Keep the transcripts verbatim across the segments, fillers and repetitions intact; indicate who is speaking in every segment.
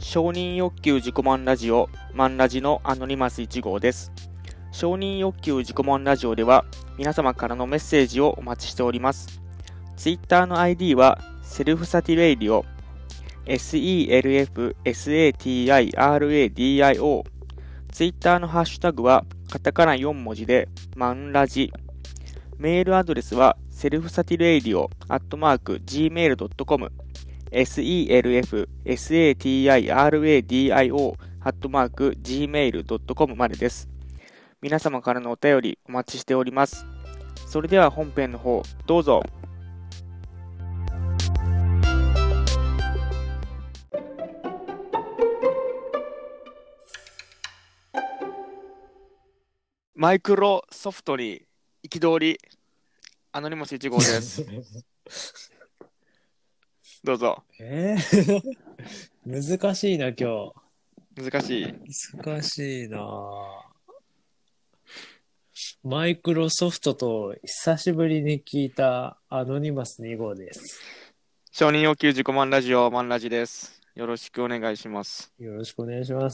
Speaker 1: 承認欲求自己満ラジオマンラジのアノニマスいち号です。承認欲求自己満ラジオでは皆様からのメッセージをお待ちしております。ツイッターの アイディー はセルフサティレイディオ セルフサティラディオ。ツイッターのハッシュタグはカタカナよん文字でマンラジ。メールアドレスはセルフサティレイディオアットマーク ジーメールドットコム セルフサティラディオアットマーク ジーメールドットコム までです。皆様からのお便りお待ちしております。それでは本編の方どうぞ。マイクロソフトに憤りアノニマスいち号ですどうぞ。
Speaker 2: えー、難しいな今
Speaker 1: 日。難しい。
Speaker 2: 難しいな。マイクロソフトと久しぶりに聞いたアノニマスに号です。
Speaker 1: 承認要求自己満ラジオマンラジです。よろしくお願いします。
Speaker 2: よろしくお願いします。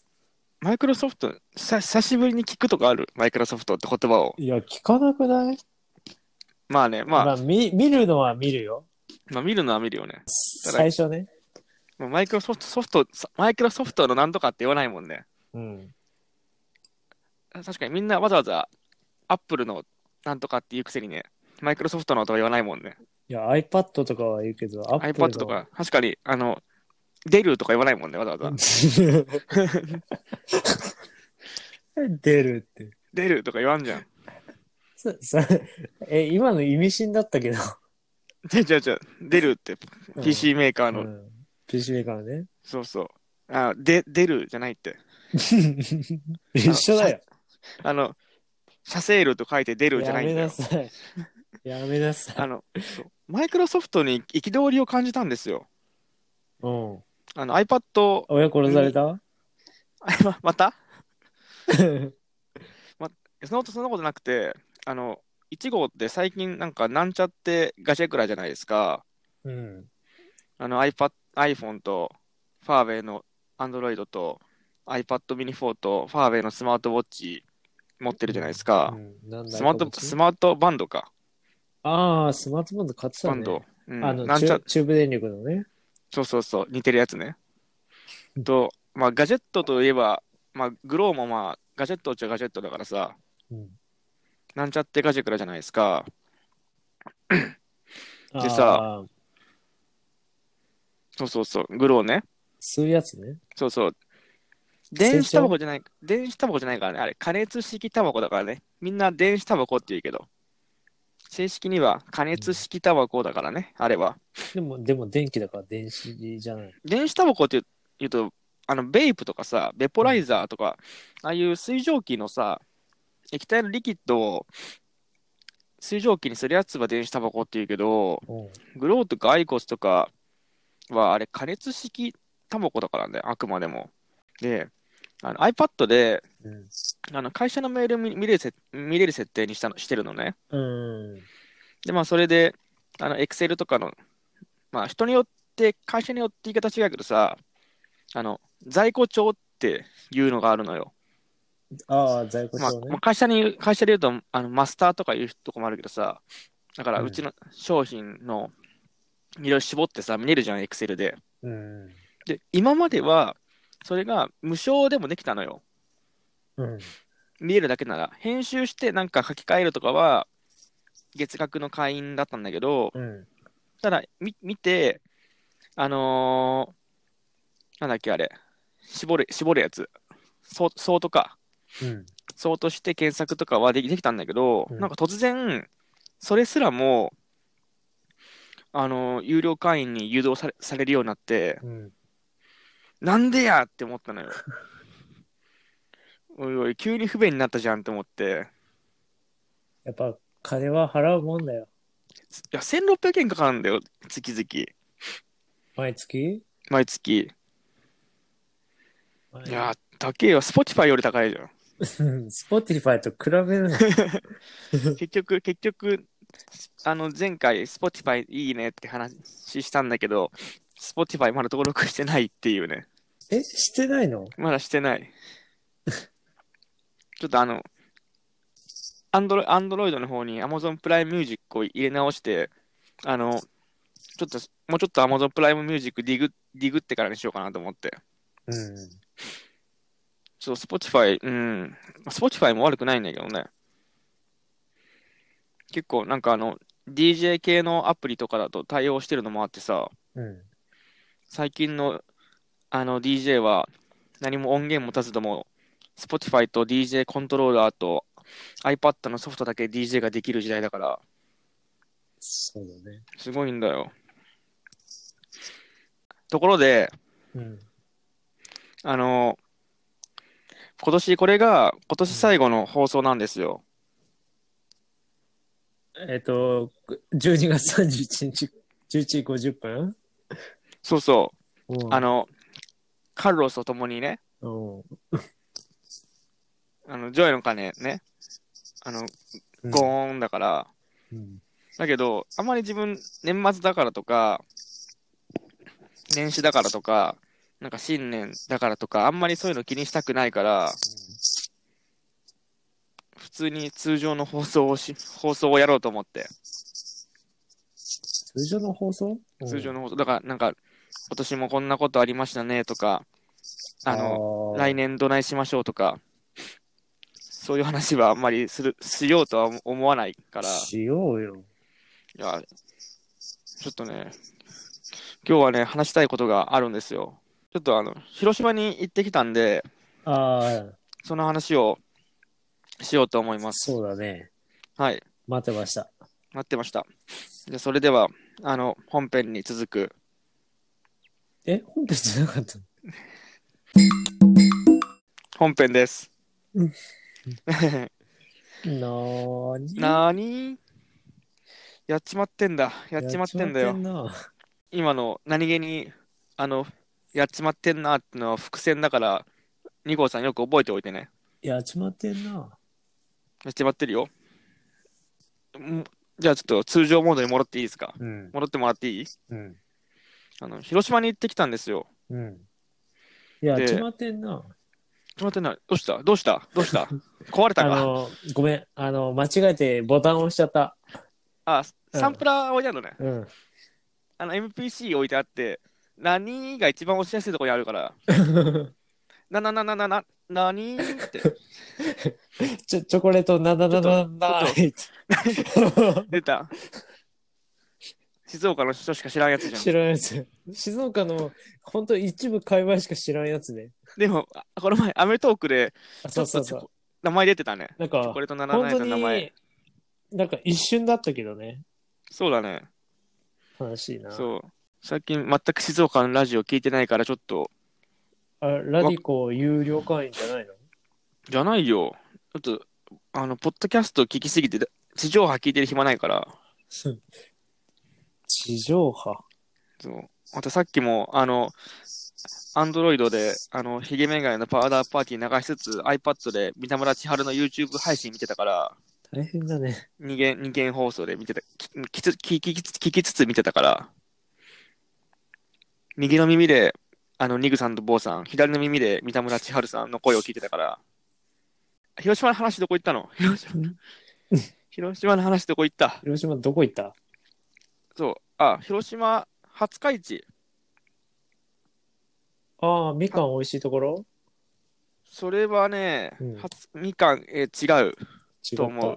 Speaker 1: マイクロソフトさ久しぶりに聞くとかある？マイクロソフトって言葉を。
Speaker 2: いや聞かなくない？
Speaker 1: まあね、まあ、
Speaker 2: まあ、見見るのは見るよ。
Speaker 1: まあ見るのは見るよね。
Speaker 2: 最初ね。
Speaker 1: マイクロソフトソフトマイクロソフトのなんとかって言わないもんね。
Speaker 2: うん。
Speaker 1: 確かにみんなわざわざアップルのなんとかっていうくせにね、マイクロソフトのとか言わないもんね。
Speaker 2: いや iPad とかは言うけど、アップル
Speaker 1: iPad とか確かにあのデルとか言わないもんね、わざわざ。
Speaker 2: 出るって。
Speaker 1: デルとか言わんじゃん。
Speaker 2: ささえ今の意味深だったけど。
Speaker 1: じゃじゃじゃデルって ピーシー メーカーの、
Speaker 2: うんうん、ピーシー メーカーね。
Speaker 1: そうそう。あ、でデルじゃないって。
Speaker 2: 一緒だよ。
Speaker 1: あのシャセールと書いてデルじゃないんだよ。
Speaker 2: やめなさい。やめなさい。
Speaker 1: あのマイクロソフトに憤りを感じたんですよ。
Speaker 2: うん。
Speaker 1: あの iPad。
Speaker 2: 親殺された？
Speaker 1: ままたま、そのそんなことなくて、あのいち号って最近なんかなんちゃってガチェクラじゃないですか。
Speaker 2: うん。
Speaker 1: あの iPad、iPhone とファーウェイの Android と iPad mini フォーとファーウェイのスマートウォッチ持ってるじゃないですか。
Speaker 2: うんうん、なんだ
Speaker 1: スマートスマートバンドか。
Speaker 2: ああ、スマートバンド買ってたね。
Speaker 1: バンド。うん、
Speaker 2: あの
Speaker 1: なんちゃ、
Speaker 2: 中、中部電力のね。
Speaker 1: そうそうそう、似てるやつね。と、まあガジェットといえば、まあグローもまあガジェットっちゃガジェットだからさ、
Speaker 2: うん、
Speaker 1: なんちゃってガジェクラじゃないですか。でさ、
Speaker 2: ああ、
Speaker 1: そうそうそう、グローね。
Speaker 2: 吸うやつね。
Speaker 1: そうそう。電子タバコじゃない、電子タバコじゃないからね。あれ、加熱式タバコだからね。みんな電子タバコって言うけど、正式には加熱式タバコだからね、うん、あれは。
Speaker 2: でも、でも電気だから電子じゃない。
Speaker 1: 電子タバコって言うと、あの、ベイプとかさ、ベポライザーとか、うん、ああいう水蒸気のさ、液体のリキッドを水蒸気にするやつは電子タバコって言うけど、グローとかアイコスとかはあれ加熱式タバコだからね、あくまでも。で、あの iPad で、うん、あの会社のメール見見れるせ見れる設定にしたのしてるのね。
Speaker 2: うん、
Speaker 1: で、まあそれで、あの Excel とかの、まあ人によって、会社によって言い方違うけどさ、あの在庫帳っていうのがあるのよ。
Speaker 2: ああ、在庫帳ね。
Speaker 1: まあ、会社に、会社で言うと、あのマスターとかいうとこもあるけどさ、だからうちの商品のいろいろ絞ってさ、見れるじゃん、Excel で。
Speaker 2: うん、
Speaker 1: で、今までは、それが無償でもできたのよ。
Speaker 2: うん、
Speaker 1: 見えるだけなら。編集してなんか書き換えるとかは、月額の会員だったんだけど、
Speaker 2: うん、
Speaker 1: ただ、み見て、あのー、なんだっけあれ、絞る、絞るやつ、ソートか。
Speaker 2: うん、
Speaker 1: ソートして検索とかはできできたんだけど、うん、なんか突然、それすらも、あのー、有料会員に誘導され、されるようになって、うん、なんでやって思ったのよ。おいおい、急に不便になったじゃんって思って。
Speaker 2: やっぱ、金は払うもんだよ。
Speaker 1: いや、せんろっぴゃくえんかかるんだよ、月々。
Speaker 2: 毎月
Speaker 1: 毎月。いや、高えよ。Spotify より高いじゃん。
Speaker 2: Spotify と比べるの
Speaker 1: 結局、結局、あの、前回 Spotify いいねって話したんだけど、Spotify まだ登録してないっていうね。
Speaker 2: え、してないの？
Speaker 1: まだしてない。ちょっとあの、アンドロ、アンドロイドの方に Amazon プライムミュージックを入れ直して、あの、ちょっと、もうちょっと Amazon プライムミュージックディグ、ディグってからにしようかなと思って。
Speaker 2: うん。
Speaker 1: そう、Spotify、うん。Spotify も悪くないんだけどね。結構なんかあの、ディージェー 系のアプリとかだと対応してるのもあってさ、
Speaker 2: うん。
Speaker 1: 最近のあの ディージェー は何も音源持たずとも、Spotify と ディージェー コントローラーと iPad のソフトだけ ディージェー ができる時代だから、
Speaker 2: そうだね。
Speaker 1: すごいんだよ。ところで、
Speaker 2: うん。
Speaker 1: あの、今年、これが今年
Speaker 2: うん。
Speaker 1: 最後の放送なんですよ。
Speaker 2: えっと、じゅうにがつさんじゅういちにち、じゅういちじごじゅっぷん。
Speaker 1: そうそう。
Speaker 2: うん。
Speaker 1: あの、カルロスと共にね、
Speaker 2: うん。
Speaker 1: あの、ジョイの鐘ね、あの、ゴ
Speaker 2: うん。
Speaker 1: ーンだから、
Speaker 2: うん。
Speaker 1: だけど、あまり自分、年末だからとか、年始だからとか、なんか新年だからとか、あんまりそういうの気にしたくないから、普通に通常の放送をし、放送をやろうと思って。
Speaker 2: 通常の放送？うん。
Speaker 1: 通常の放送。だから、なんか、今年もこんなことありましたねとか、
Speaker 2: あ
Speaker 1: あの、来
Speaker 2: あ、
Speaker 1: 年どないしましょうとか、そういう話はあんまりする、しようとは思わないから、
Speaker 2: しようよ。
Speaker 1: いや、ちょっとね、今日はね、話したいことがあるんですよ。ちょっとあの、広島に行ってきたんで、
Speaker 2: ああ、
Speaker 1: その話をしようと思います。
Speaker 2: そうだね。
Speaker 1: はい。
Speaker 2: 待ってました。
Speaker 1: 待ってました。じゃあそれでは、あの、本編に続く、
Speaker 2: え、本編じゃなかったの？
Speaker 1: 本編です。
Speaker 2: うん。なーに？
Speaker 1: なーにやっちまってんだ。やっちまっ
Speaker 2: やっちまっ
Speaker 1: てんだよ。
Speaker 2: てんな。
Speaker 1: 今の何気に、あの、やっちまってんなってのは伏線だから、に号さんよく覚えておいてね。
Speaker 2: やっちまってんな。
Speaker 1: やっちまってるよ。んじゃあちょっと通常モードに戻っていいですか？
Speaker 2: うん。
Speaker 1: 戻ってもらっていい？
Speaker 2: うん。
Speaker 1: あの、広島に行ってきたんですよ。
Speaker 2: うん。やっち
Speaker 1: で、
Speaker 2: まってんな。
Speaker 1: ちょっと待ってな、どうしたどうしたどうした壊れたか？
Speaker 2: あの、ごめん。あの、間違えてボタン押しちゃった。
Speaker 1: あ、
Speaker 2: うん。
Speaker 1: サンプラー置いてあるのね。
Speaker 2: うん。
Speaker 1: あの、エムピーシー 置いてあって、何が一番押しやすいところにあるから、な、な、な、な、な、な、なにって。
Speaker 2: ちょ、チョコレートななな
Speaker 1: ちょっと、
Speaker 2: な
Speaker 1: ちょっと、
Speaker 2: ない。
Speaker 1: 出た。静岡の人しか知らんやつじゃん。
Speaker 2: 知らんやつ。静岡の、本当一部界隈しか知らんやつね。
Speaker 1: でも、あこの前、アメトークで、
Speaker 2: あ、
Speaker 1: ちょ
Speaker 2: そうそうそう。
Speaker 1: っとチョコ、名前出てたね。
Speaker 2: なんか、
Speaker 1: チョコレート
Speaker 2: 本当
Speaker 1: ななななの名前。
Speaker 2: に、なんか一瞬だったけどね。
Speaker 1: そうだね。
Speaker 2: 悲しいな。
Speaker 1: そう。最近、全く静岡のラジオ聞いてないから、ちょっと、
Speaker 2: あ、ラ
Speaker 1: わ、
Speaker 2: ディコ有料会員じゃないの？
Speaker 1: じゃないよ。ちょっと、あの、ポッドキャスト聞きすぎて、地上波聞いてる暇ないから。
Speaker 2: 地上波。
Speaker 1: そう。またさっきも、あの、アンドロイドで、あの、ヒゲメガネのパウダーパーティー流しつつ、iPad で三田村千春の YouTube 配信見てたから、
Speaker 2: 大変だね。
Speaker 1: 二元、二元放送で見てた、聞きつ聞き聞き聞きつつ見てたから、右の耳で、あの、ニグさんとボーさん、左の耳で三田村千春さんの声を聞いてたから、広島の話どこ行ったの？広島、
Speaker 2: ん
Speaker 1: 広島の話どこ行った？
Speaker 2: 広島どこ行った？
Speaker 1: そう。あ、広島、廿日市。
Speaker 2: ああ、みか
Speaker 1: は、
Speaker 2: ん美味しいところ？
Speaker 1: それはね、
Speaker 2: うん。
Speaker 1: 初、みかん、えー違う
Speaker 2: 違った。
Speaker 1: と思う。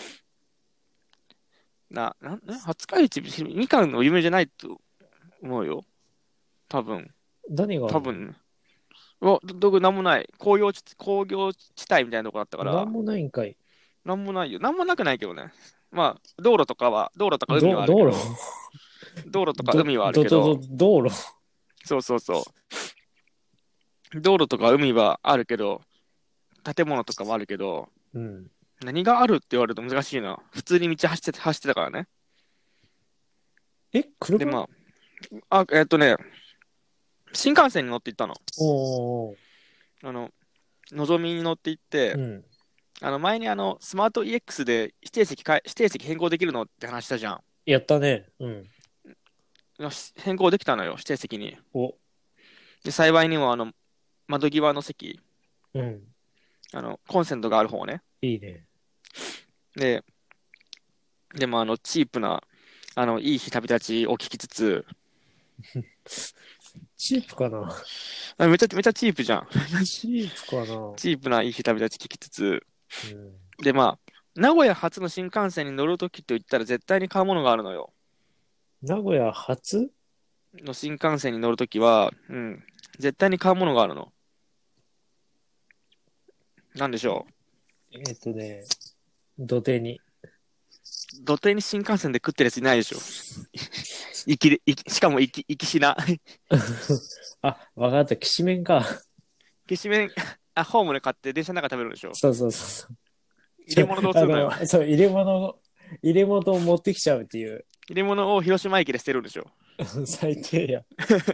Speaker 1: な、な、な、廿日市、みかんの有名じゃないと思うよ。多分。
Speaker 2: 何があるの？
Speaker 1: 多分。お、ど、どこなんもない。工業地、工業地帯みたいなとこだったから、
Speaker 2: なんもないんかい。
Speaker 1: なんもないよ。なんもなくないけどね。まあ、道路とかは、道路とか海は
Speaker 2: ど、道路？
Speaker 1: あるけど、道路とか
Speaker 2: ど、
Speaker 1: 海はある
Speaker 2: ど、ど、ど、
Speaker 1: けど、
Speaker 2: 道路？
Speaker 1: そうそうそう。道路とか海はあるけど、建物とかもあるけど、
Speaker 2: うん。
Speaker 1: 何があるって言われると難しいな。普通に道走って、走ってたからね。
Speaker 2: え、
Speaker 1: で、
Speaker 2: 車？
Speaker 1: まあ、あ、えっとね、新幹線に乗って行ったの。
Speaker 2: おー。
Speaker 1: あの、のぞみに乗って行って、
Speaker 2: うん。
Speaker 1: あの、前にあの、スマート イーエックス で指定席かえ、指定席変更できるのって話したじゃん。
Speaker 2: やったね。うん。
Speaker 1: よし変更できたのよ、指定席に。
Speaker 2: お、
Speaker 1: で、幸いにもあの、窓際の席、
Speaker 2: うん。
Speaker 1: あの、コンセントがある方ね。
Speaker 2: いいね。
Speaker 1: で、でもあの、チープな、あの、いい日旅立ちを聞きつつ、
Speaker 2: チープかな。
Speaker 1: あめちゃめちゃチープじゃん。
Speaker 2: チープかな。
Speaker 1: チープないい日旅立ち聞きつつ、
Speaker 2: うん。
Speaker 1: で、まあ、名古屋発の新幹線に乗るときと言ったら絶対に買うものがあるのよ。
Speaker 2: 名古屋発。
Speaker 1: の新幹線に乗るときは、うん、絶対に買うものがあるの。なんでしょ
Speaker 2: えっとね、土手に。
Speaker 1: う。土手に新幹線で食ってるやついないでしょ。行きで、行きしかも行き、行きしな。
Speaker 2: あ、わかった。きしめんか。
Speaker 1: きしめん、あ、ホームで買って電車の中で食べるんでしょ。
Speaker 2: そうそうそう
Speaker 1: 入
Speaker 2: そう。
Speaker 1: れ物どうす
Speaker 2: あ
Speaker 1: るのよ。
Speaker 2: の、そう、入れ物、入れ物を持ってきちゃうっていう。
Speaker 1: 入れ物を広島駅で捨てるんでしょ。
Speaker 2: 最低や。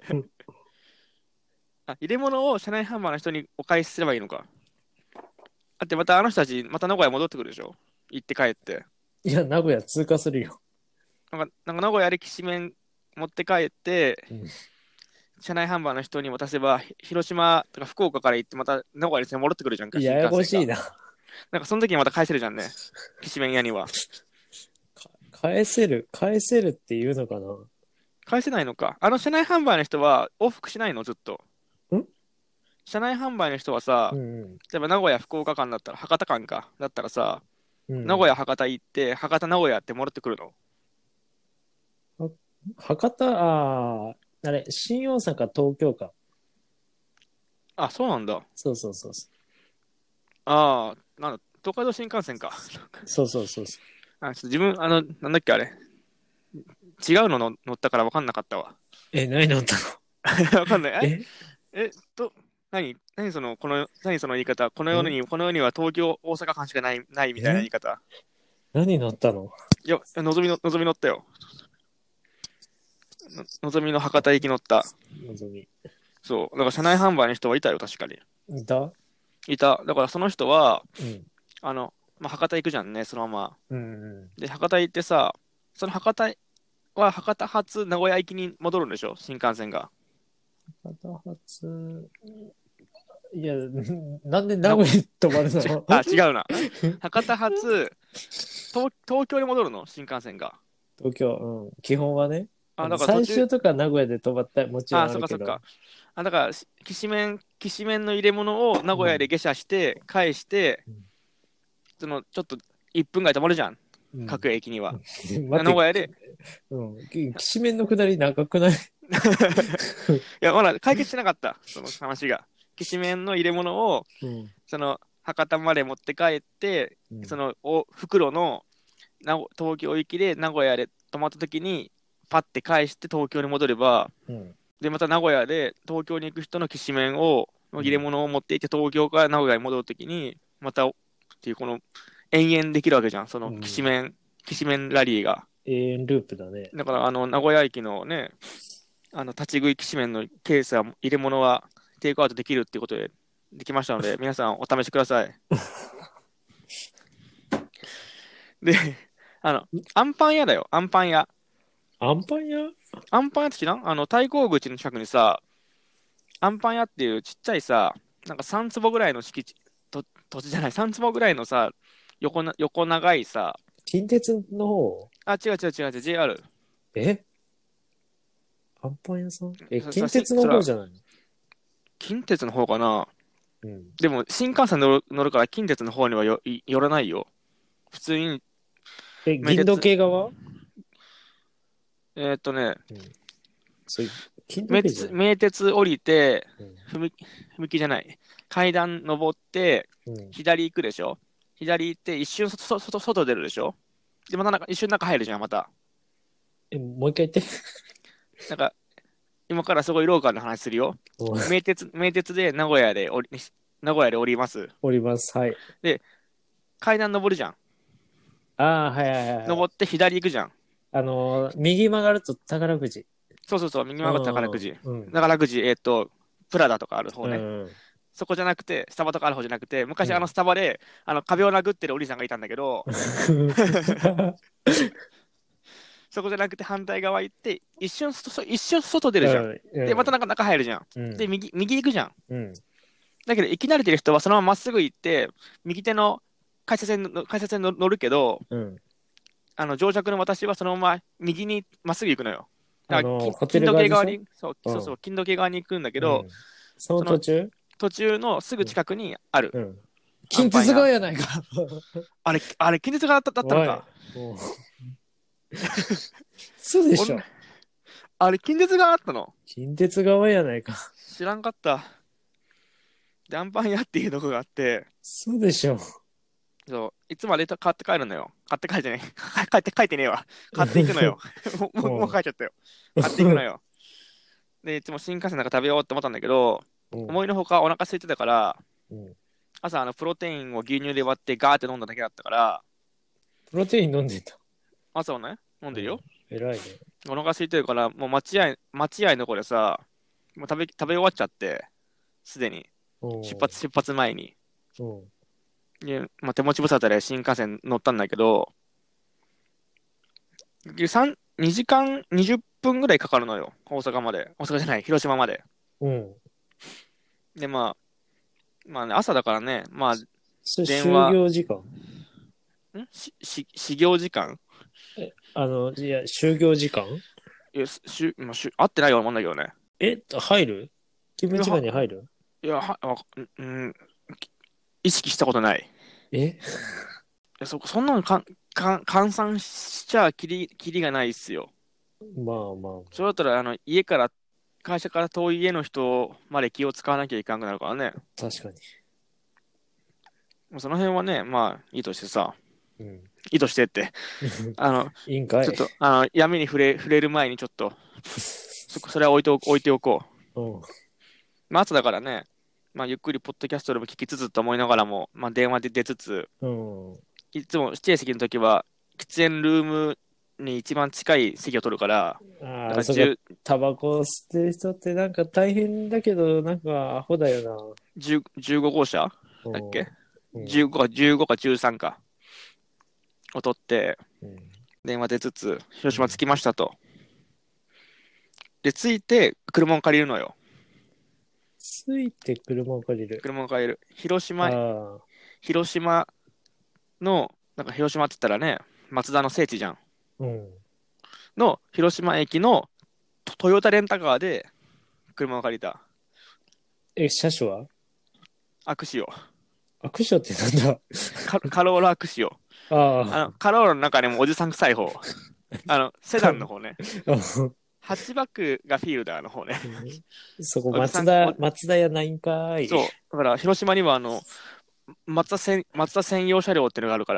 Speaker 1: あ、入れ物を車内販売の人にお返しすればいいのか。だってまたあの人たち、また名古屋戻ってくるでしょ。行って帰って。
Speaker 2: いや、名古屋通過するよ。
Speaker 1: なんか、なんか名古屋できしめん持って帰って、
Speaker 2: うん、
Speaker 1: 車内販売の人に渡せば、ひ広島とか福岡から行ってまた名古屋に戻ってくるじゃんか、新
Speaker 2: やや
Speaker 1: 幹線が。
Speaker 2: こしいな。
Speaker 1: なんかその時にまた返せるじゃんね。きしめん屋には。
Speaker 2: か返せる、返せるっていうのかな。
Speaker 1: 返せないのか。あの車内販売の人は往復しないのずっと。
Speaker 2: ん
Speaker 1: 車内販売の人はさ、
Speaker 2: うん
Speaker 1: 例えば名古屋福岡間だったら、博多間か。だったらさ、
Speaker 2: うん。
Speaker 1: 名古屋博多行って、博多名古屋って戻ってくるの。
Speaker 2: は博多、ああ、あれ、新大阪、東京か。
Speaker 1: あ、そうなんだ。
Speaker 2: そうそうそうそ
Speaker 1: ああ、なんだ、東海道新幹線か。
Speaker 2: う。そうそうそうそ
Speaker 1: あ、ちょっと自分、あの、なんだっけあれ。違うのの乗ったから分かんなかったわ。
Speaker 2: う。え、何乗ったの？
Speaker 1: 分かんない。
Speaker 2: え
Speaker 1: え、え、と、何、何その、この、何その言い方。この世
Speaker 2: ん
Speaker 1: に、この世には東京、大阪間しかない、ないみたいな言
Speaker 2: え
Speaker 1: い方。
Speaker 2: 何乗ったの？
Speaker 1: いや、のぞみの、のぞみ乗ったよ。ののぞみの博多行き乗った。
Speaker 2: のぞみ。
Speaker 1: そう。だから車内販売の人はいたよ、確かに。
Speaker 2: いた。
Speaker 1: いた。だからその人は、
Speaker 2: うん。
Speaker 1: あの、まあ、博多行くじゃんね、そのまま。
Speaker 2: うんう
Speaker 1: で、博多行ってさ、その博多は博多発名古屋行きに戻るんでしょ、新幹線が。
Speaker 2: ん。博多発、いや、なんで名
Speaker 1: な
Speaker 2: 古屋に泊まる
Speaker 1: ち
Speaker 2: の？
Speaker 1: あ、違うな。博多発東、東京に戻るの、新幹線が。
Speaker 2: 東京、うん。基本はね。あ
Speaker 1: あ、
Speaker 2: の、
Speaker 1: だから途中、
Speaker 2: 最終とか名古屋で泊まったらもちろん
Speaker 1: あ、
Speaker 2: あるけど。
Speaker 1: そっかそっか。あ、だから、きしめん、きしめんの入れ物を名古屋で下車して、返して、
Speaker 2: うん
Speaker 1: その、ちょっといっぷんぐらい止まるじゃん。
Speaker 2: うん。
Speaker 1: 各駅には。名
Speaker 2: 待って、
Speaker 1: 古屋で。
Speaker 2: うん。ききしめんのくだり長くない？
Speaker 1: いや、まだ解決しなかった、その話が。きしめんの入れ物を、
Speaker 2: うん。
Speaker 1: その、博多まで持って帰って、
Speaker 2: うん
Speaker 1: その、お袋のな東京行きで名古屋で泊まった時に、パッて返して東京に戻れば、
Speaker 2: うん。
Speaker 1: で、また名古屋で東京に行く人のきしめんを、の入れ物を持っていって東京から名古屋に戻るときに、また、っていうこの、延々できるわけじゃん、そのきしめん、きしめんラリーが。
Speaker 2: 永遠ループだね。
Speaker 1: だから、あの、名古屋駅のね、あの、立ち食いきしめんのケースは、入れ物はテイクアウトできるっていうことで、できましたので、皆さんお試しください。で、あの、アンパン屋だよ、アンパン屋。
Speaker 2: アンパン屋？
Speaker 1: アンパン屋って知らん？あの、太閤口の近くにさ、アンパン屋っていうちっちゃいさ、なんかさん坪ぐらいの敷地、と土地じゃない、さん坪ぐらいのさ、横な、横長いさ、
Speaker 2: 近鉄の方？
Speaker 1: あ、違う違う違う違う、ジェイアール。
Speaker 2: えアンパン屋さん？え、
Speaker 1: そ
Speaker 2: 近鉄の方じゃないの？
Speaker 1: 近鉄の方かな。
Speaker 2: うん。
Speaker 1: でも、新幹線乗る、乗るから近鉄の方にはよい寄らないよ。普通に、
Speaker 2: え、
Speaker 1: 名
Speaker 2: 銀時
Speaker 1: 鉄、
Speaker 2: 計側？
Speaker 1: えーっとね、
Speaker 2: うん。そういう、金時
Speaker 1: 名鉄、
Speaker 2: 計じゃない？
Speaker 1: 名鉄降りて、
Speaker 2: う
Speaker 1: 踏切じゃない。階段登って、
Speaker 2: ん。うん。
Speaker 1: 左行くでしょ。左行って、一瞬外、外、外出るでしょ。で、またなんか一瞬中入るじゃん、また。
Speaker 2: え、もう一回言って。
Speaker 1: なんか、今からすごいローカルな話するよ。
Speaker 2: お
Speaker 1: 名鉄、名鉄で名古屋で降り、名古屋で降ります。
Speaker 2: 降ります。はい。
Speaker 1: で、階段登るじゃん。
Speaker 2: ああ、はいはいはいはい。
Speaker 1: 登って左行くじゃん。
Speaker 2: あのー、右曲がると宝くじ。
Speaker 1: そうそうそう、右曲がった宝くじ。
Speaker 2: うん。
Speaker 1: 宝くじ、えっと、プラダとかある方ね。
Speaker 2: うん。
Speaker 1: そこじゃなくて、スタバとかある方じゃなくて、昔あの
Speaker 2: うん。
Speaker 1: スタバで、あの壁を殴ってるお兄さんがいたんだけど、 そこじゃなくて反対側行って、一瞬そ一瞬外出るじゃん。
Speaker 2: うん
Speaker 1: で、またなんか中入るじゃん。
Speaker 2: うん
Speaker 1: で、右、右行くじゃん。
Speaker 2: うん。
Speaker 1: だけど、行き慣れてる人はそのまままっすぐ行って、右手の改札にの改札に乗乗るけど、
Speaker 2: うん。
Speaker 1: あの乗客の私はそのまま右にまっすぐ行くのよ。だから金
Speaker 2: あの、ホテ
Speaker 1: 金時
Speaker 2: ル側でしょ？
Speaker 1: 計側に、そう、
Speaker 2: うん
Speaker 1: そうそう、金時計側に行くんだけど、
Speaker 2: うん。その途中？
Speaker 1: 途中のすぐ近くにある。
Speaker 2: うん。近鉄側やないか。
Speaker 1: あれ、あれ、近鉄側だっただったのか。
Speaker 2: おい。そうでしょ。
Speaker 1: あれ、近鉄側あったの？
Speaker 2: 近鉄側やないか。
Speaker 1: 知らんかった。で、アンパン屋っていうとこがあって、
Speaker 2: そうでしょ。
Speaker 1: そう、いつもあれと買って帰るのよ。買って帰ってね。帰って帰ってねえわ。買っていくのよ。もう、もうもう帰っちゃったよ。買っていくのよ。で、いつも新幹線なんか食べようって思ったんだけど、
Speaker 2: うん
Speaker 1: 思いのほかお腹空いてたから、
Speaker 2: うん
Speaker 1: 朝あのプロテインを牛乳で割ってガーって飲んだだけだったから、
Speaker 2: プロテイン飲んでた。
Speaker 1: 朝はね、飲んでるよ。
Speaker 2: 偉いね。
Speaker 1: お腹空いてるから、もう待合、待合の子でさ、もう食べ、食べ終わっちゃって、すでに。
Speaker 2: うん
Speaker 1: 出発、出発前に。
Speaker 2: うん
Speaker 1: で、まあ、手持ち無沙汰で新幹線乗ったんだけど、にじかんにじゅっぷんぐらいかかるのよ。大阪まで。大阪じゃない、広島まで。
Speaker 2: うん。
Speaker 1: で、まあ、まあね、朝だからね、まあ、
Speaker 2: それ就
Speaker 1: 電話
Speaker 2: 業時間？
Speaker 1: んし、し、始業時間
Speaker 2: あの、いや、就業時間？
Speaker 1: いや、しゅ、まあ、しゅ、合ってないようなもんだけどね。
Speaker 2: え、入る？勤務時間に入る？
Speaker 1: いや、は、わうん、意識したことない。
Speaker 2: え
Speaker 1: いや、そ、そんなのかん、かん、換算しちゃきり、きりがないっすよ。
Speaker 2: まあまあ。
Speaker 1: それだったら、あの、家から、会社から遠い家の人まで気を使わなきゃいかんくなるからね。
Speaker 2: 確かに。
Speaker 1: もうその辺はね、まあ、いいとしてさ、
Speaker 2: うん。
Speaker 1: いいとしてって、あの、
Speaker 2: いいんかい。
Speaker 1: ちょっと、あの、闇に触れ、触れる前にちょっと、そこ、それは置いてお、置いておこう。
Speaker 2: うん。
Speaker 1: まあ、朝だからね、まあ、ゆっくりポッドキャストでも聞きつつと思いながらも、まあ、電話で出つつ、
Speaker 2: うん。
Speaker 1: いつも指定席の時は、喫煙ルームに一番近い席を取るから、
Speaker 2: あ
Speaker 1: だか
Speaker 2: あ、
Speaker 1: ら
Speaker 2: そうか。タバコ吸ってる人ってなんか大変だけど、なんかアホだよ
Speaker 1: じゅう じゅうご号車
Speaker 2: な。
Speaker 1: だっけ、
Speaker 2: うん。
Speaker 1: じゅうごかじゅうごかじゅうさんかを取って
Speaker 2: うん。
Speaker 1: 電話出つつ広島着きましたと、で着いて車を借りるのよ。
Speaker 2: ついて車を借りる。
Speaker 1: 車を借りる広島
Speaker 2: ああ。
Speaker 1: 広島のなんか広島って言ったらね松田の聖地じゃん
Speaker 2: うん。
Speaker 1: の広島駅のトトヨタレンタカーで車を借りた。
Speaker 2: え、車種は？
Speaker 1: アクシオ
Speaker 2: アクションってなんだ？
Speaker 1: カカローラアクシオ
Speaker 2: あ
Speaker 1: あのカローラの中でもおじさん臭い方あのセダンの方ね。
Speaker 2: あ。
Speaker 1: ハッチバックがフィールダーの方ね。
Speaker 2: そこ、
Speaker 1: おじさん
Speaker 2: 松田、松田やないんかーい。
Speaker 1: そう。だから、広島には、あの、松田専、松田専用車両っていうのがあるから、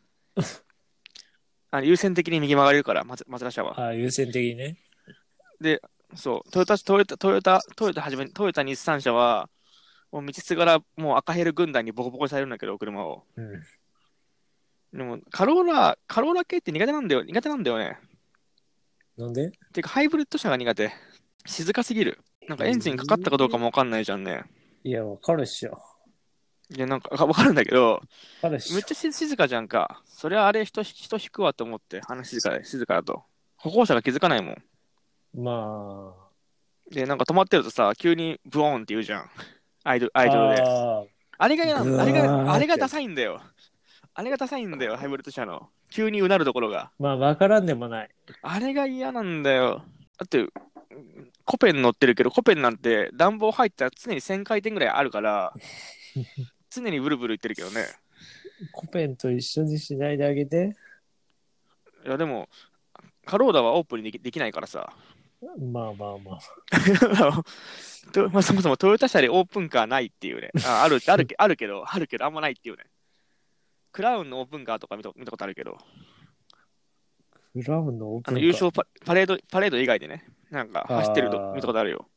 Speaker 1: あの優先的に右曲がれるから、松松田車は。
Speaker 2: ああ、優先的にね。
Speaker 1: で、そう、トヨタ、トヨタ、トヨタ、トヨタはじめ、トヨタ日産車は、もう道すがら、もう赤ヘル軍団にボコボコにされるんだけど、車を。
Speaker 2: うん。
Speaker 1: でも、カローラ、カローラ系って苦手なんだよ、苦手なんだよね。
Speaker 2: なんで？
Speaker 1: てか、ハイブリッド車が苦手。静かすぎる。なんかエンジンかかったかどうかもわかんないじゃんね。
Speaker 2: いや、わかるっしょ。
Speaker 1: いや、なんかわかるんだけど、
Speaker 2: わかるっしょ。
Speaker 1: めっちゃし静かじゃんか。それはあれ人、人引くわと思って、話静かで、静かだと。歩行者が気づかないもん。
Speaker 2: ま
Speaker 1: で、なんか止まってるとさ、急にブオーンって言うじゃん。アイドル、ア
Speaker 2: あ。
Speaker 1: イドルで。
Speaker 2: ああ。
Speaker 1: あれが嫌なの。あれ
Speaker 2: ぐわーって
Speaker 1: が、あれがダサいんだよ。あれがダサいんだよ、ハイブリッド車の。急にうなるところが。
Speaker 2: まあ、わからんでもない。
Speaker 1: あれが嫌なんだよ。だって、コペン乗ってるけど、コペンなんて暖房入ったら常にせんかいてんぐらいあるから、常にブルブル言ってるけどね。
Speaker 2: コペンと一緒にしないであげて。
Speaker 1: いや、でも、カローラはオープンにでき、できないからさ。
Speaker 2: まあまあまあ。
Speaker 1: とまあ、そもそもトヨタ車でオープンカーないっていうね。あ、ある、あるけ、あるけど、あるけど、あんまないっていうね。クラウンのオープンカーとか見た、見たことあるけど、
Speaker 2: クラウンのオープンカー。
Speaker 1: あの優勝パ、パレード、パレード以外でね、なんか走ってると
Speaker 2: あー
Speaker 1: 見たことあるよ。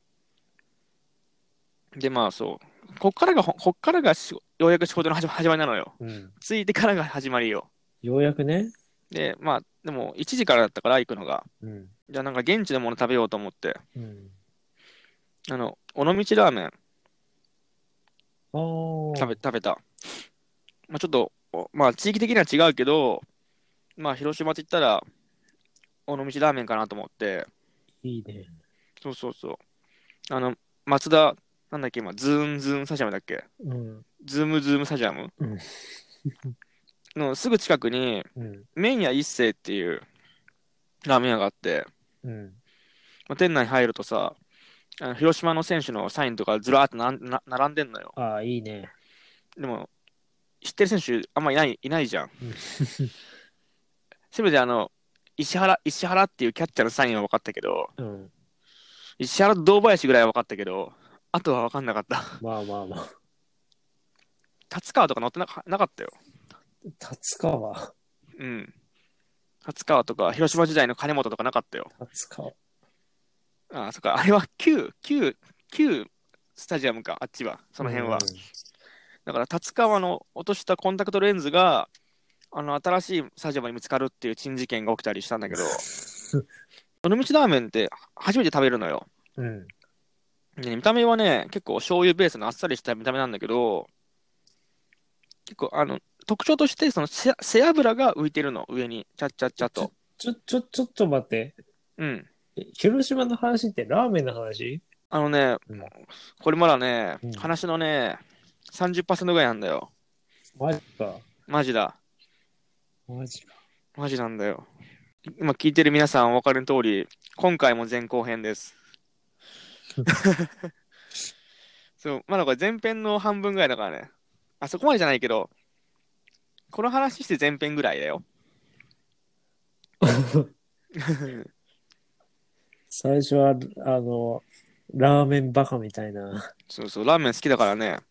Speaker 1: で、まあそう。こっからがほ、こっからがしようやく仕事の始ま始まりなのよ。
Speaker 2: うん。
Speaker 1: ついてからが始まりよ。
Speaker 2: ようやくね。
Speaker 1: で、まあ、でもいちじからだったから行くのが。
Speaker 2: うん。
Speaker 1: じゃあなんか現地のもの食べようと思って、
Speaker 2: うん。
Speaker 1: あの、尾道ラーメン
Speaker 2: ああ。
Speaker 1: 食べ、食べた。まあちょっと、おまあ地域的には違うけど、まあ広島って言ったら、 尾道ラーメンかなと思って。
Speaker 2: いいね。
Speaker 1: そうそうそう。あの、松田、なんだっけ、今、ズーンズーンスタジアムだっけ？
Speaker 2: うん。
Speaker 1: ズームズームスタジアム
Speaker 2: うん。
Speaker 1: のすぐ近くに、
Speaker 2: うん。
Speaker 1: 麺屋一世っていうラーメン屋があって、
Speaker 2: うん。
Speaker 1: まあ、店内入るとさ、あの広島の選手のサインとかずらーっとなな並んでんのよ。
Speaker 2: ああ、いいね。
Speaker 1: でも、知ってる選手あんまいない、いないじゃん。
Speaker 2: うん。
Speaker 1: せめてあの、石原、石原っていうキャッチャーのサインは分かったけど、
Speaker 2: うん。
Speaker 1: 石原と堂林ぐらいは分かったけど、あとは分かんなかった。
Speaker 2: まあまあまあ。
Speaker 1: 達川とか乗ってなか、なかったよ。
Speaker 2: 達川。
Speaker 1: うん。達川とか、広島時代の金本とかなかったよ。
Speaker 2: 達川。
Speaker 1: ああ、そっか。あれは旧、旧、旧スタジアムか、あっちは。その辺は。
Speaker 2: うん。
Speaker 1: だから、達川の落としたコンタクトレンズが、あの、新しいスタジアムに見つかるっていう珍事件が起きたりしたんだけど、尾道ラーメンって初めて食べるのよ。
Speaker 2: うん。
Speaker 1: で見た目はね、結構醤油ベースのあっさりした見た目なんだけど、結構、あの、特徴として、その背、背脂が浮いてるの、上に。チャッチャッチャ
Speaker 2: ちょ、
Speaker 1: と。
Speaker 2: ちょ、ちょ、ちょっと待って。
Speaker 1: うん。
Speaker 2: え広島の話ってラーメンの話？
Speaker 1: あのね、
Speaker 2: うん。
Speaker 1: これまだね、
Speaker 2: うん。
Speaker 1: 話のね、さんじゅっパーセントぐらいなんだよ。
Speaker 2: マジか。
Speaker 1: マジだ。
Speaker 2: マジか。
Speaker 1: マジなんだよ。今聞いてる皆さんお分かる通り、今回も前後編です。そう、まだこれ前編の半分ぐらいだからね。あそこまでじゃないけど、この話して前編ぐらいだよ。
Speaker 2: 最初は、あの、ラーメンバカみたいな。
Speaker 1: そうそう、ラーメン好きだからね。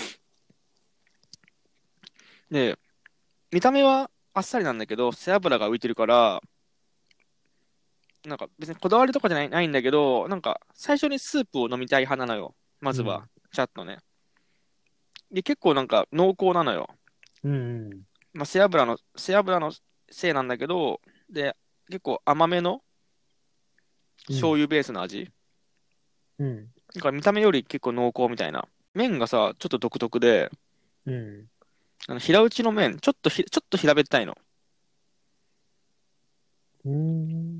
Speaker 1: で、見た目はあっさりなんだけど、背脂が浮いてるから、なんか別にこだわりとかじゃない、ないんだけど、なんか最初にスープを飲みたい派なのよ。まずは、
Speaker 2: うん。
Speaker 1: ちゃっとね。で、結構なんか濃厚なのよ。
Speaker 2: うん。
Speaker 1: まあ、背脂の、背脂のせいなんだけど、で、結構甘めの
Speaker 2: うん。
Speaker 1: 醤油ベースの味。
Speaker 2: うん。
Speaker 1: だから見た目より結構濃厚みたいな。麺がさ、ちょっと独特で、
Speaker 2: うん。
Speaker 1: あの平打ちの麺、ちょっとひ、ちょっと平べったいの。
Speaker 2: うん。
Speaker 1: うん。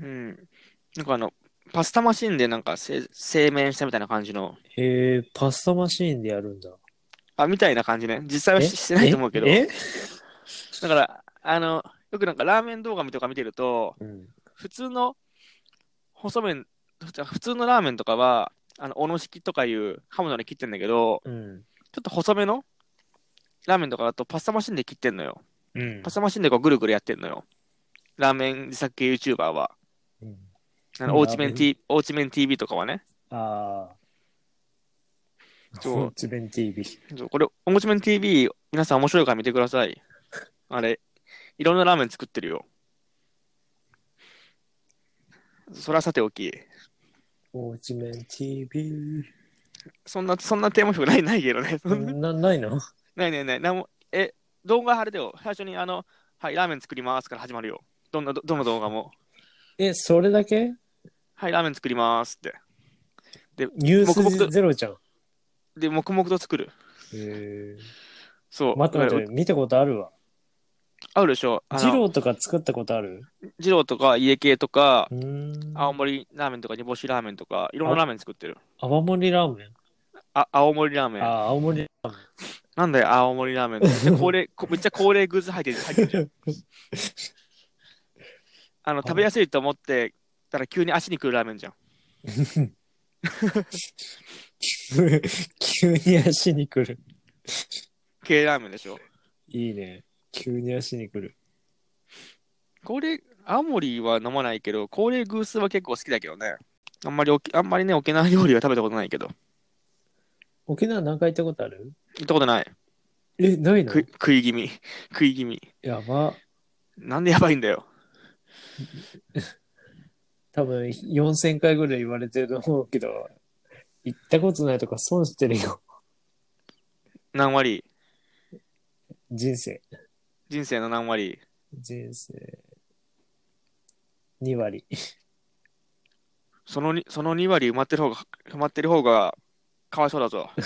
Speaker 1: なんかあの、パスタマシンでなんか製製麺したみたいな感じの、
Speaker 2: へえ、パスタマシーンでやるんだ。
Speaker 1: あ、みたいな感じね。実際はし、
Speaker 2: え
Speaker 1: してないと
Speaker 2: え
Speaker 1: 思うけど。
Speaker 2: え
Speaker 1: だから、あの、よくなんかラーメン動画とか見てると、
Speaker 2: うん。
Speaker 1: 普通の細麺、普通普通のラーメンとかは、あの、おのしきとかいう刃物で切ってんだけど、
Speaker 2: うん。
Speaker 1: ちょっと細めのラーメンとかだとパスタマシンで切ってんのよ。
Speaker 2: うん。
Speaker 1: パスタマシンでこうぐるぐるやってんのよ。ラーメン自作系 YouTuber は。
Speaker 2: うん。
Speaker 1: あの、おうち麺
Speaker 2: ラーメン。
Speaker 1: T、おうち麺 ティーブイ とかはね。
Speaker 2: ああ、ホ
Speaker 1: そ
Speaker 2: ッチベン ティーブイ。
Speaker 1: う、そうこれ、おうち麺 ティーブイ、皆さん面白いから見てください。あれ、いろんなラーメン作ってるよ。それはさておき。
Speaker 2: ホッチベン ティーブイ。
Speaker 1: そんな、そんなテーマ曲ない、ないけどね。そんな
Speaker 2: な、ないの？
Speaker 1: ないないない。なんも、え、動画あれだよ。最初にあの、はい、ラーメン作りますから始まるよ。どんな、ど、どの動画も。
Speaker 2: え、それだけ？
Speaker 1: はい、ラーメン作りますって。で、
Speaker 2: ニュース
Speaker 1: 黙々と、
Speaker 2: ゼロじゃん。
Speaker 1: で、黙々と作る。
Speaker 2: へえ。
Speaker 1: そう。だから
Speaker 2: 待って待って、見たことあるわ。
Speaker 1: あるでしょ。あの、
Speaker 2: 二郎とか作ったことある？
Speaker 1: 二郎とか家系とか、
Speaker 2: うーん。
Speaker 1: 青森ラーメンとか煮干しラーメンとか、いろんな
Speaker 2: あ、
Speaker 1: ラーメン作ってる。
Speaker 2: 泡盛ラーメン。
Speaker 1: あ、青森ラーメン。
Speaker 2: あ、青森ラーメン。
Speaker 1: なんだよ、青森ラーメンって。めっちゃ高齢、こめっちゃ高齢グッズ入ってる、入ってるじゃん。あの、食べ
Speaker 2: あ
Speaker 1: やすいと思ってたら急に足にくるラーメンじゃん。
Speaker 2: 急に足に来る。
Speaker 1: 系ラーメンでしょ。
Speaker 2: いいね。急に足に来る。
Speaker 1: 高齢、青森は飲まないけど、高齢グースは結構好きだけどね。あんまりおき、あんまりね、沖縄料理は食べたことないけど。
Speaker 2: 沖縄何回行ったことある？
Speaker 1: 行ったことない。
Speaker 2: え、ない
Speaker 1: 食い、
Speaker 2: の？
Speaker 1: 食い気味。食い気味。
Speaker 2: やば。
Speaker 1: なんでやばいんだよ。
Speaker 2: 多分よんせんかいぐらい言われてると思うけど、行ったことないとか損してるよ。
Speaker 1: 何割？
Speaker 2: 人生。
Speaker 1: 人生の何割？
Speaker 2: 人生。に割。
Speaker 1: そのに、そのに割埋まってる方が、埋まってる方がかわいそうだぞ。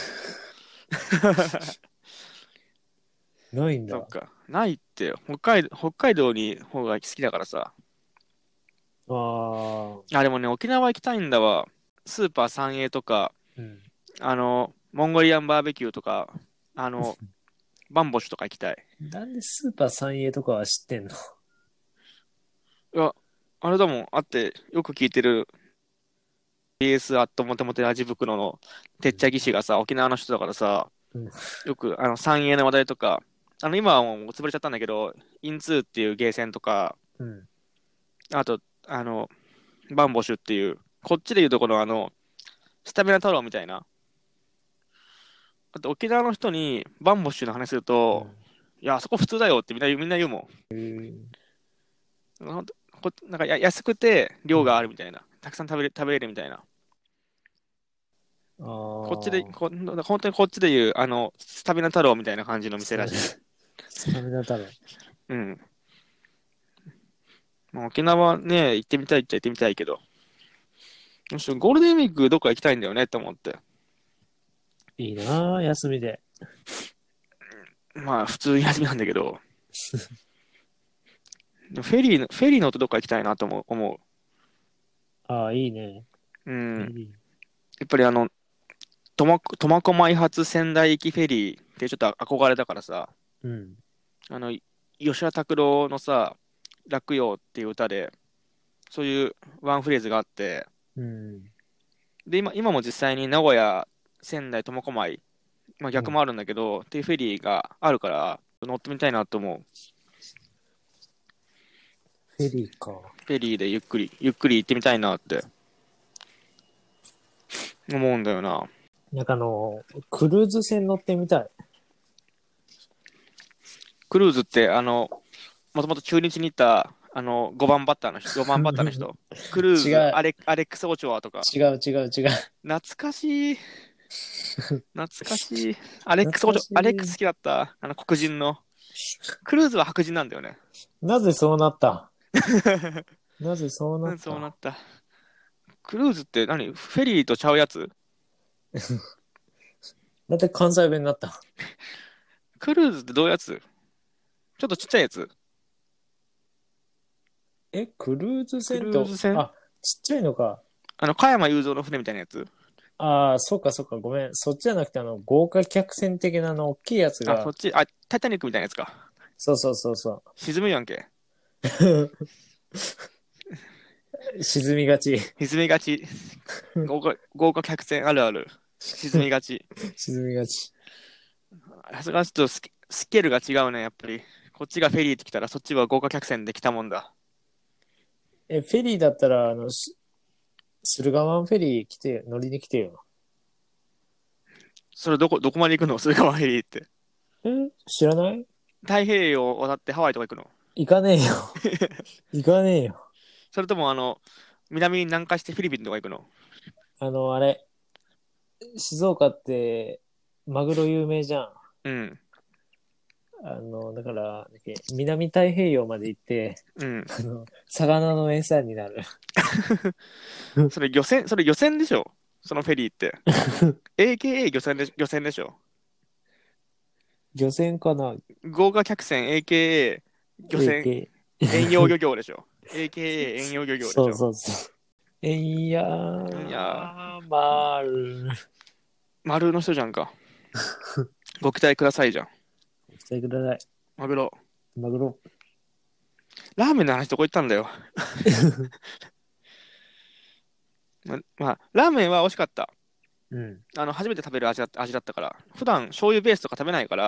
Speaker 2: ないんだ。
Speaker 1: そっか。ないってよ。北海道、北海道に方が好きだからさ。
Speaker 2: ああ、
Speaker 1: あ、でもね、沖縄行きたいんだわ。スーパー三栄とか、
Speaker 2: うん。
Speaker 1: あの、モンゴリアンバーベキューとか、あの、バンボシュとか行きたい。
Speaker 2: なんでスーパー三栄とかは知ってんの？
Speaker 1: いや、あれだもん、あって、よく聞いてる ビーエス アットモテモテ味袋のてっちゃぎ氏がさ、沖縄の人だからさ、
Speaker 2: うん。
Speaker 1: よくあの三栄の話題とか、あの今はもう潰れちゃったんだけど、インツーっていうゲーセンとか、
Speaker 2: うん。
Speaker 1: あと、あの、バンボシュっていう、こっちでいうところあの、スタミナ太郎みたいな。あと沖縄の人にバンボッシュの話すると、
Speaker 2: うん。
Speaker 1: いや、あそこ普通だよってみんな言うみんな言うも
Speaker 2: へー。
Speaker 1: ん。ほんとこなんかや安くて量があ
Speaker 2: うん。
Speaker 1: るみたいな。たくさん食べれ食べれるみたいな。
Speaker 2: あ
Speaker 1: こっちで、
Speaker 2: あ、
Speaker 1: こ本当にこっちでいう、あの、スタミナ太郎みたいな感じの
Speaker 2: スタミナ、
Speaker 1: 店らしい。
Speaker 2: スタミナ太郎。
Speaker 1: うん。まあ、沖縄ね、行ってみたいっちゃ行ってみたいけど、むしろゴールデンウィークどっか行きたいんだよねって思って。
Speaker 2: いいなあ、休みで。
Speaker 1: まあ、普通に休みなんだけど、でもフェリーの、フェリー乗ってどっか行きたいなと思う。思
Speaker 2: ああ、いいね。
Speaker 1: う。うん。
Speaker 2: いい。
Speaker 1: やっぱりあの、苫苫小牧発仙台行きフェリーってちょっと憧れだからさ、
Speaker 2: うん。
Speaker 1: あの、吉田拓郎のさ、落葉っていう歌で、そういうワンフレーズがあって、
Speaker 2: うん。
Speaker 1: で、今、今も実際に名古屋、仙台、苫小牧、まあ
Speaker 2: うん。
Speaker 1: 逆もあるんだけど、っていうフェリーがあるから、乗ってみたいなと思う。
Speaker 2: フェリーか。
Speaker 1: フェリーでゆっくり、ゆっくり行ってみたいなって思うんだよな。
Speaker 2: なんかあの、クルーズ船乗ってみたい。
Speaker 1: クルーズって、あの、もともと中日に行った、あの、ごばんバッターの人、よんばんバッターの人、クルーズ、
Speaker 2: 違う、
Speaker 1: アレ、アレックス・オチョアとか、
Speaker 2: 違う、違う、違う。
Speaker 1: 懐かしい、懐かしい。アレックス・オチョ、
Speaker 2: 懐かしい。
Speaker 1: アレックス好きだった。あの、黒人の。クルーズは白人なんだよね。
Speaker 2: なぜそうなった？なぜそうな
Speaker 1: なんでそうな
Speaker 2: った？
Speaker 1: った。クルーズって何フェリーとちゃうやつ？
Speaker 2: だって関西弁になった。
Speaker 1: クルーズってどういうやつ？ちょっとちっちゃいやつ？
Speaker 2: え、クルーズ
Speaker 1: ク
Speaker 2: 船と、
Speaker 1: ルーズ船？
Speaker 2: あ、ちっちゃいのか。
Speaker 1: あの、加山雄三の船みたいなやつ？
Speaker 2: ああ、そうか、そうか、ごめん。そっちじゃなくて、あの、豪華客船的なあの、大きいやつ
Speaker 1: あ、そ
Speaker 2: が、
Speaker 1: っち、あ、タイタニックみたいなやつか。
Speaker 2: そうそうそうそ
Speaker 1: 沈むやんけ。
Speaker 2: う。沈みがち。
Speaker 1: 沈みがち。豪華、豪華客船あるある。沈みがち。
Speaker 2: 沈みがち。
Speaker 1: さすがにちょっとスケ、スケールが違うね、やっぱり。こっちがフェリーって来たら、そっちは豪華客船で来たもんだ。
Speaker 2: え、フェリーだったら、あの、し駿河湾フェリー来て、乗りに来てよ。
Speaker 1: それどこ、どこまで行くの？それがフェリーって。
Speaker 2: え、知らない？
Speaker 1: 太平洋を渡ってハワイとか行くの？
Speaker 2: 行かねえよ。行かねえよ。
Speaker 1: それとも、あの、南に南下してフィリピンとか行くの？
Speaker 2: あの、あれ、静岡って、マグロ有名じゃん。
Speaker 1: うん。
Speaker 2: あの、だから、なんだっけ南太平洋まで行って、
Speaker 1: うん。
Speaker 2: あの、魚の餌になる。
Speaker 1: それ漁船、それ漁船でしょ？そのフェリーって。エーケーエー 漁船で、漁船でしょ？
Speaker 2: 漁船かな？
Speaker 1: 豪華客船 エーケーエー 漁船
Speaker 2: エーケ
Speaker 1: 遠洋
Speaker 2: ー。
Speaker 1: 漁業でしょ？ エーケーエー 遠洋漁業で
Speaker 2: そう
Speaker 1: しょ？
Speaker 2: そうそう。えいや
Speaker 1: いや
Speaker 2: ー、まある。
Speaker 1: ー、丸の人じゃんか。ご期待くださいじゃん。
Speaker 2: お伝えください。
Speaker 1: マグロ。
Speaker 2: マグロ。
Speaker 1: ラーメンの話どこ行ったんだよ。ま、まあ、ラーメンは美味しかった。
Speaker 2: うん。
Speaker 1: あの、初めて食べる味だ味だったから。普段醤油ベースとか食べないから、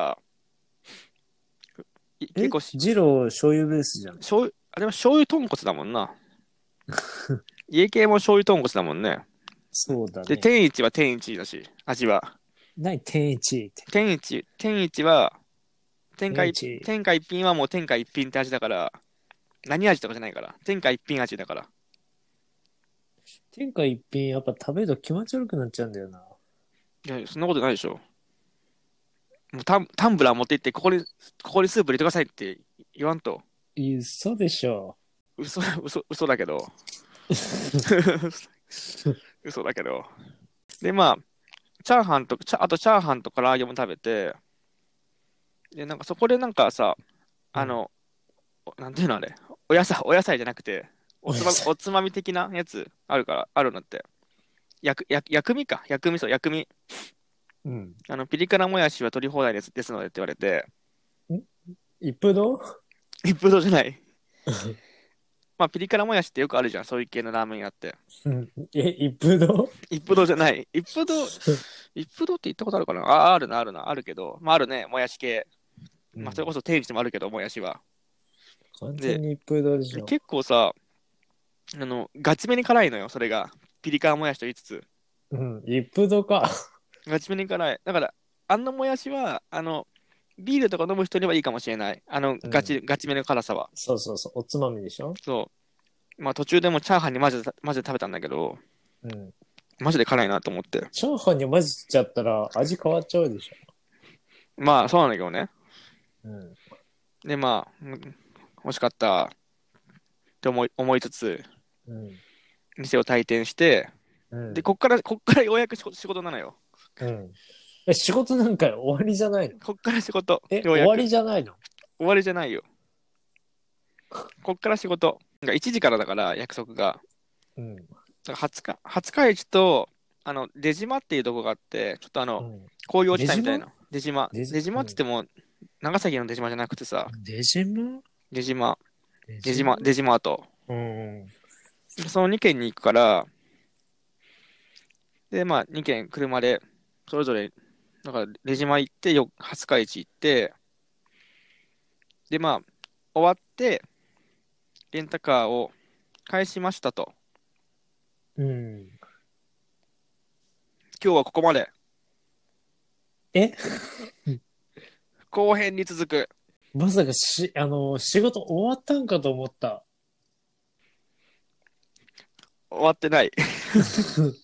Speaker 1: い結
Speaker 2: え、
Speaker 1: 構し、
Speaker 2: ジロー醤油ベースじゃん。
Speaker 1: 醤油、あれは醤油豚骨だもんな。家系も醤油豚骨だもんね。で、
Speaker 2: そうだね。
Speaker 1: 天一は天一だし、味は。
Speaker 2: 何天一って。
Speaker 1: 天一、天一は、天下一、
Speaker 2: 天一。
Speaker 1: 天下一品はもう天下一品って味だから、何味とかじゃないから。天下一品味だから。
Speaker 2: 天下一品やっぱ食べると気持ち悪くなっちゃうんだよな。
Speaker 1: いや、そんなことないでしょ。もうタン、タンブラー持って行って、ここに、ここにスープ入れてくださいって言わんと。
Speaker 2: 嘘でしょ。
Speaker 1: 嘘、嘘、嘘だけど。嘘だけど。で、まあ、チャーハンと、チャあとチャーハンと唐揚げも食べて、で、なんかそこでなんかさ、
Speaker 2: うん。
Speaker 1: あの、なんていうのあれ、お野菜、お野菜じゃなくて、 おつまみ、おつまみ的なやつあるから、あるのって。薬、薬、薬味か。薬味、そう、薬味。
Speaker 2: うん。
Speaker 1: あの、ピリ辛もやしは取り放題です、ですのでって言われて、
Speaker 2: 一風堂。
Speaker 1: 一風堂じゃない。まあ、ピリ辛もやしってよくあるじゃん、そういう系のラーメン屋って。
Speaker 2: うん。え、一風堂。
Speaker 1: 一風堂じゃない。一風堂、一風堂って言ったことあるかなあ、あるな、あるな、あるけど、まあ、あるね、もやし系。まあ、それ
Speaker 2: うん。
Speaker 1: こそ定義でもあるけど、もやしは。で、
Speaker 2: 完全に一風堂でしょ。
Speaker 1: 結構さ、あの、ガチめに辛いのよ、それが。ピリ辛もやしと言いつつ。
Speaker 2: うん。一風堂か。
Speaker 1: ガチめに辛い。だから、あのもやしは、あの、ビールとか飲む人にはいいかもしれない。あの、
Speaker 2: うん。
Speaker 1: ガチ、ガチめの辛さは。
Speaker 2: そうそうそう。おつまみでしょ。
Speaker 1: そう。まあ途中でもチャーハンに混ぜて、混ぜて食べたんだけど、
Speaker 2: うん。
Speaker 1: マジで辛いなと思って。
Speaker 2: チャーハンに混ぜちゃったら味変わっちゃうでしょ。
Speaker 1: まあそうなんだけどね。
Speaker 2: うん。
Speaker 1: で、まあ、うん美味しかったって思い、思いつつ、
Speaker 2: うん。
Speaker 1: 店を退店して、で、
Speaker 2: うん。
Speaker 1: こっから、こっからようやく仕事仕事なのよ。
Speaker 2: うん。え、仕事なんか終わりじゃないの？
Speaker 1: こっから仕事、
Speaker 2: え、終わり
Speaker 1: ようやく。
Speaker 2: じゃないの？
Speaker 1: 終わりじゃないよ。こっから仕事。いちじからだから約束が。
Speaker 2: うん。
Speaker 1: だからはつか、はつか市と、あの、出島っていうとこがあって、ちょっとあの、
Speaker 2: うん。
Speaker 1: 紅葉
Speaker 2: 出島。
Speaker 1: 地帯みたいな。出島。
Speaker 2: 出島。
Speaker 1: 出島っ
Speaker 2: うん。
Speaker 1: つっても、長崎の出島じゃなくてさ、
Speaker 2: 出島。
Speaker 1: 出島、
Speaker 2: 出
Speaker 1: 出島、
Speaker 2: 島。
Speaker 1: 出島と。
Speaker 2: うん。
Speaker 1: そのにけんに行くから、で、まあ、にけん車で、それぞれ、だから出島行って、よ、廿日市行って、で、まあ、終わって、レンタカーを返しましたと。
Speaker 2: うん。
Speaker 1: 今日はここまで。
Speaker 2: え、
Speaker 1: 後編に続く。
Speaker 2: まさかし、あの、仕事終わったんかと思った。
Speaker 1: 終わってない。